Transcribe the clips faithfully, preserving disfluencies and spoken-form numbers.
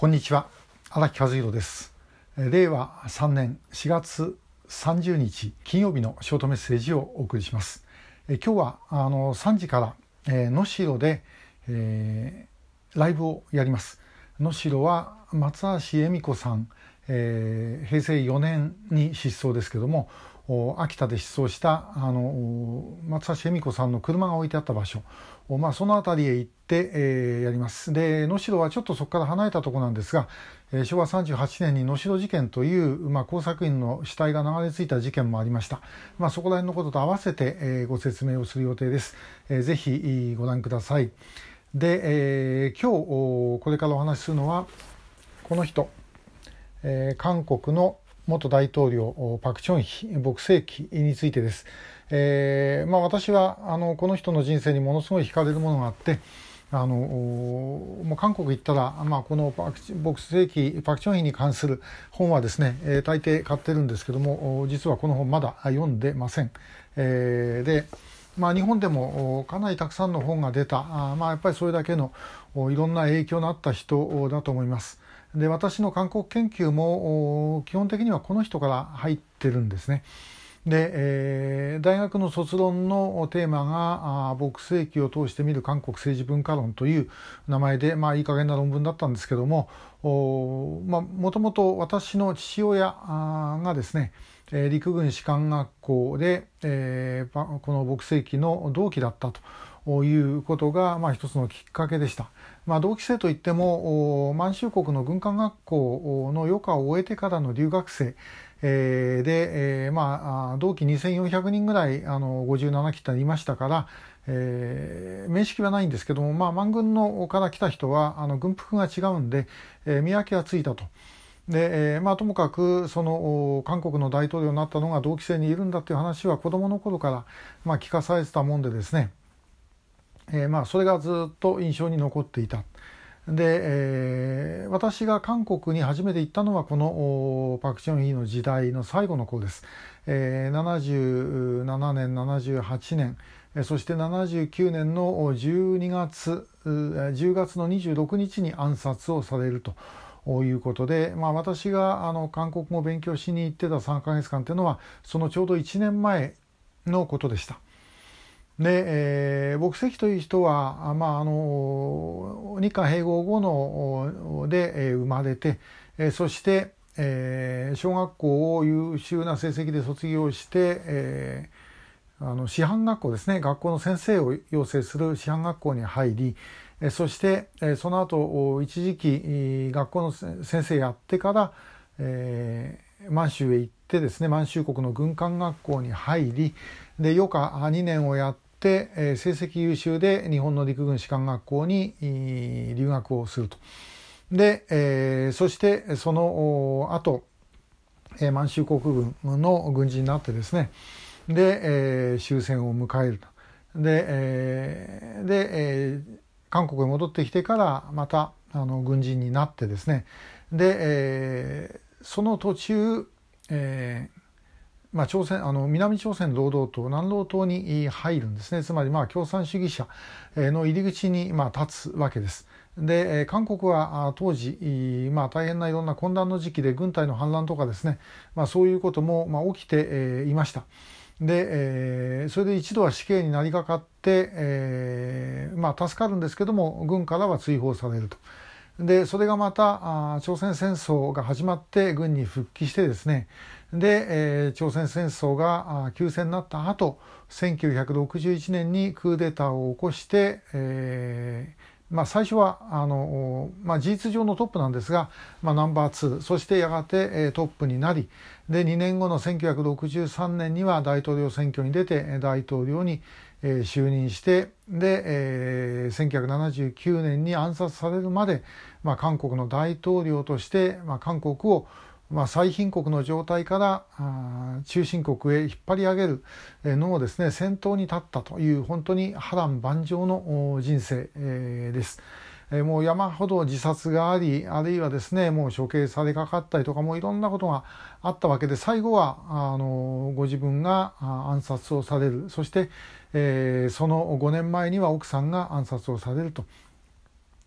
こんにちは、荒木和弘です。れいわさんねんしがつさんじゅうにち金曜日のショートメッセージをお送りします。え今日はあのさんじから、えー、能代で、えー、ライブをやります。能代は松橋恵美子さん、えー、へいせいよねんに失踪ですけども、秋田で失踪したあの松橋恵美子さんの車が置いてあった場所、まあ、その辺りへ行って、えー、やります。で能代はちょっとそこから離れたところなんですが、えー、しょうわさんじゅうはちねんに能代事件という、まあ、工作員の死体が流れ着いた事件もありました。まあ、そこら辺のことと合わせて、えー、ご説明をする予定です。えー、ぜひご覧ください。で、えー、今日これからお話しするのはこの人、えー、韓国の元大統領パク・チョンヒ牧世紀についてです。えーまあ、私はあのこの人の人生にものすごい惹かれるものがあって、あのもう韓国行ったら、まあ、このパク牧世紀パク・チョンヒに関する本はですね、えー、大抵買ってるんですけども、実はこの本まだ読んでません。えー、でまあ、日本でもかなりたくさんの本が出た、あ、まあ、やっぱりそれだけのいろんな影響のあった人だと思います。で私の韓国研究も基本的にはこの人から入ってるんですね。で、えー、大学の卒論のテーマが牧世紀を通して見る韓国政治文化論という名前で、まあ、いい加減な論文だったんですけども、まあ、もともと私の父親がですね、陸軍士官学校で、えー、この牧世紀の同期だったということが、まあ、一つのきっかけでした。まあ、同期生といっても満州国の軍艦学校の余暇を終えてからの留学生、えー、で、えー、まあ同期にせんよんひゃくにんぐらいあのごじゅうななきっていましたから、えー、面識はないんですけども、まあ、満軍のから来た人はあの軍服が違うんで、えー、見分けはついたと。で、えーまあ、ともかくその韓国の大統領になったのが同期生にいるんだという話は子どもの頃から、まあ、聞かされてたもんでですね、えーまあ、それがずっと印象に残っていた。で、えー、私が韓国に初めて行ったのはこのパク・チョンヒの時代の最後の頃です。えー、ななじゅうななねんななじゅうはちねん、そしてななじゅうきゅうねんのじゅうにがつじゅうがつのにじゅうろくにちに暗殺をされるということで、まあ、私があの韓国語を勉強しに行ってたさんかげつかんというのはそのちょうどいちねんまえのことでした。で、えー、牧世紀という人は、まあ、あの日韓併合後ので、えー、生まれて、えー、そして、えー、小学校を優秀な成績で卒業して、えー、あの師範学校ですね、学校の先生を養成する師範学校に入り、えー、そして、えー、その後一時期学校の先生やってから、えー、満州へ行ってですね、満州国の軍艦学校に入り、で余暇にねんをやってで、えー、成績優秀で日本の陸軍士官学校に留学をすると。で、えー、そしてその後、えー、満州国軍の軍人になってですね、で、えー、終戦を迎えると。で、えーでえー、韓国へ戻ってきてからまたあの軍人になってですね、で、えー、その途中、えーまあ、朝鮮あの南朝鮮労働党南労党に入るんですね。つまりまあ共産主義者の入り口にまあ立つわけです。で韓国は当時、まあ、大変ないろんな混乱の時期で軍隊の反乱とかですね、まあ、そういうこともまあ起きていました。で、えー、それで一度は死刑になりかかって、えーまあ、助かるんですけども軍からは追放されると。でそれがまた朝鮮戦争が始まって軍に復帰してですね、で、えー、朝鮮戦争が休戦になった後せんきゅうひゃくろくじゅういちねんにクーデターを起こして、えーまあ、最初はあの、まあ、事実上のトップなんですが、まあ、ナンバーツー、そしてやがて、えー、トップになり、でにねんごのせんきゅうひゃくろくじゅうさんねんには大統領選挙に出て大統領にえー、就任して、で、えー、せんきゅうひゃくななじゅうきゅうねんに暗殺されるまで、まあ、韓国の大統領として、まあ、韓国を、まあ、最貧国の状態からあ中心国へ引っ張り上げるのをですね、先頭に立ったという本当に波乱万丈の人生、えー、です。もう山ほど自殺があり、あるいはですね、もう処刑されかかったりとか、もういろんなことがあったわけで、最後はあのご自分が暗殺をされる。そして、えー、そのごねんまえには奥さんが暗殺をされると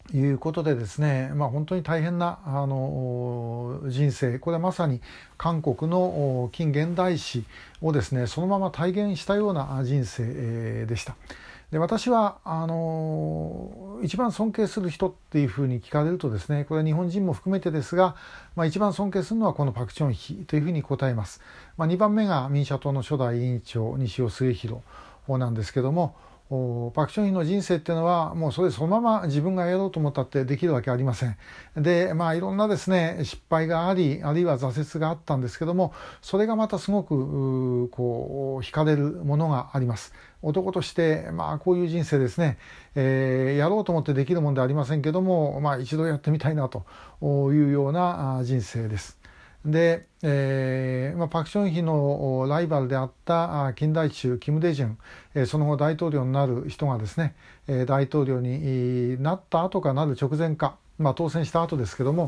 いうことでですね、まあ、本当に大変なあの人生、これはまさに韓国の近現代史をですねそのまま体現したような人生でした。で私はあの一番尊敬する人っていうふうに聞かれるとですね、これは日本人も含めてですが、まあ、一番尊敬するのはこのパク・チョンヒというふうに答えます。まあ、にばんめが民社党の初代委員長西尾末弘なんですけども、パク・チョンヒの人生っていうのはもうそれそのまま自分がやろうと思ったってできるわけありません。でまあいろんなですね失敗があり、あるいは挫折があったんですけども、それがまたすごくこう惹かれるものがあります。男としてまあこういう人生ですね、えー、やろうと思ってできるもんではありませんけども、まあ一度やってみたいなというような人生です。で、えーまあ、パク・チョンヒのライバルであった金大中キム・デジュン、えー、その後大統領になる人がですね、えー、大統領になった後かなる直前か、まあ、当選した後ですけども、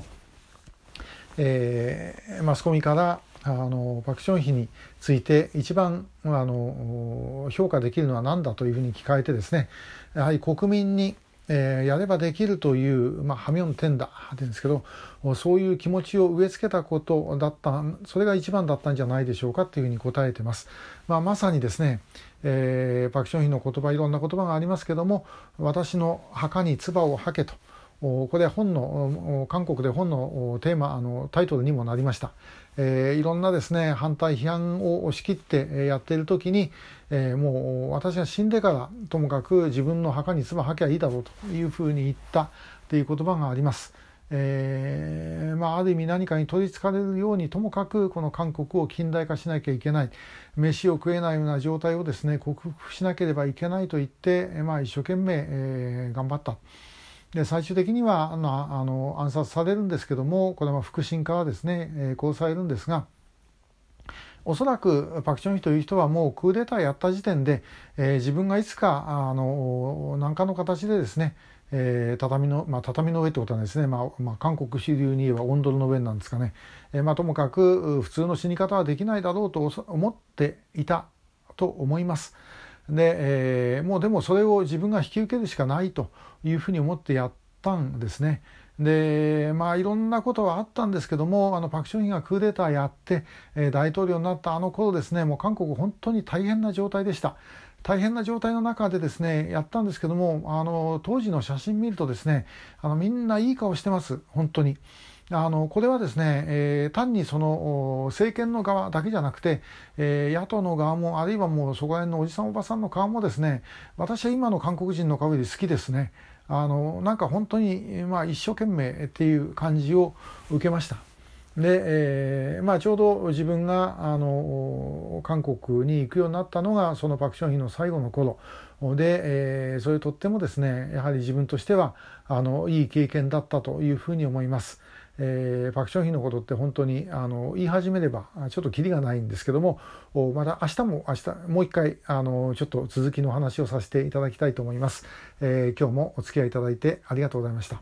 えー、マスコミからあのパク・チョンヒについて一番あの評価できるのは何だというふうに聞かれてですね、やはり国民にえー、やればできるという、まあ、ハミョンテンダって言うんですけど、そういう気持ちを植え付けたことだった、それが一番だったんじゃないでしょうかというふうに答えています。まあ、まさにですね、えー、パク・チョンヒの言葉、いろんな言葉がありますけども、私の墓に唾を吐けと、これは本の韓国で本のテーマあのタイトルにもなりました。えー、いろんなですね反対批判を押し切ってやっている時に、えー、もう私が死んでからともかく自分の墓に唾吐きゃいいだろうというふうに言ったという言葉があります。えーまあ、ある意味何かに取りつかれるようにともかくこの韓国を近代化しなきゃいけない、飯を食えないような状態をですね克服しなければいけないと言って、まあ、一生懸命、えー、頑張った。で最終的にはあのあの暗殺されるんですけども、これは腹心からですね、えー、殺されるんですが、おそらくパク・チョンヒという人はもうクーデターやった時点で、えー、自分がいつかあの何かの形でですね、えー、畳の、まあ、畳の上ってことはですね、まあまあ、韓国主流に言えばオンドルの上なんですかね、えーまあ、ともかく普通の死に方はできないだろうと思っていたと思います。で、えー、もうでもそれを自分が引き受けるしかないというふうに思ってやったんですね。でまあいろんなことはあったんですけども、あのパク・チョンヒがクーデターやって、えー、大統領になったあの頃ですね、もう韓国本当に大変な状態でした。大変な状態の中でですねやったんですけども、あの当時の写真見るとですね、あのみんないい顔してます。本当にあのこれはですね、えー、単にその政権の側だけじゃなくて、えー、野党の側も、あるいはもうそこら辺のおじさんおばさんの顔もですね、私は今の韓国人の顔より好きですね。あのなんか本当に、まあ、一生懸命っていう感じを受けました。で、えーまあ、ちょうど自分があの韓国に行くようになったのがそのパク・チョンヒの最後の頃で、えー、それとってもですねやはり自分としてはあのいい経験だったというふうに思います。えー、パク・チョンヒのことって本当にあの言い始めればちょっとキリがないんですけども、また明日も明日もう一回あのちょっと続きの話をさせていただきたいと思います。えー、今日もお付き合いいただいてありがとうございました。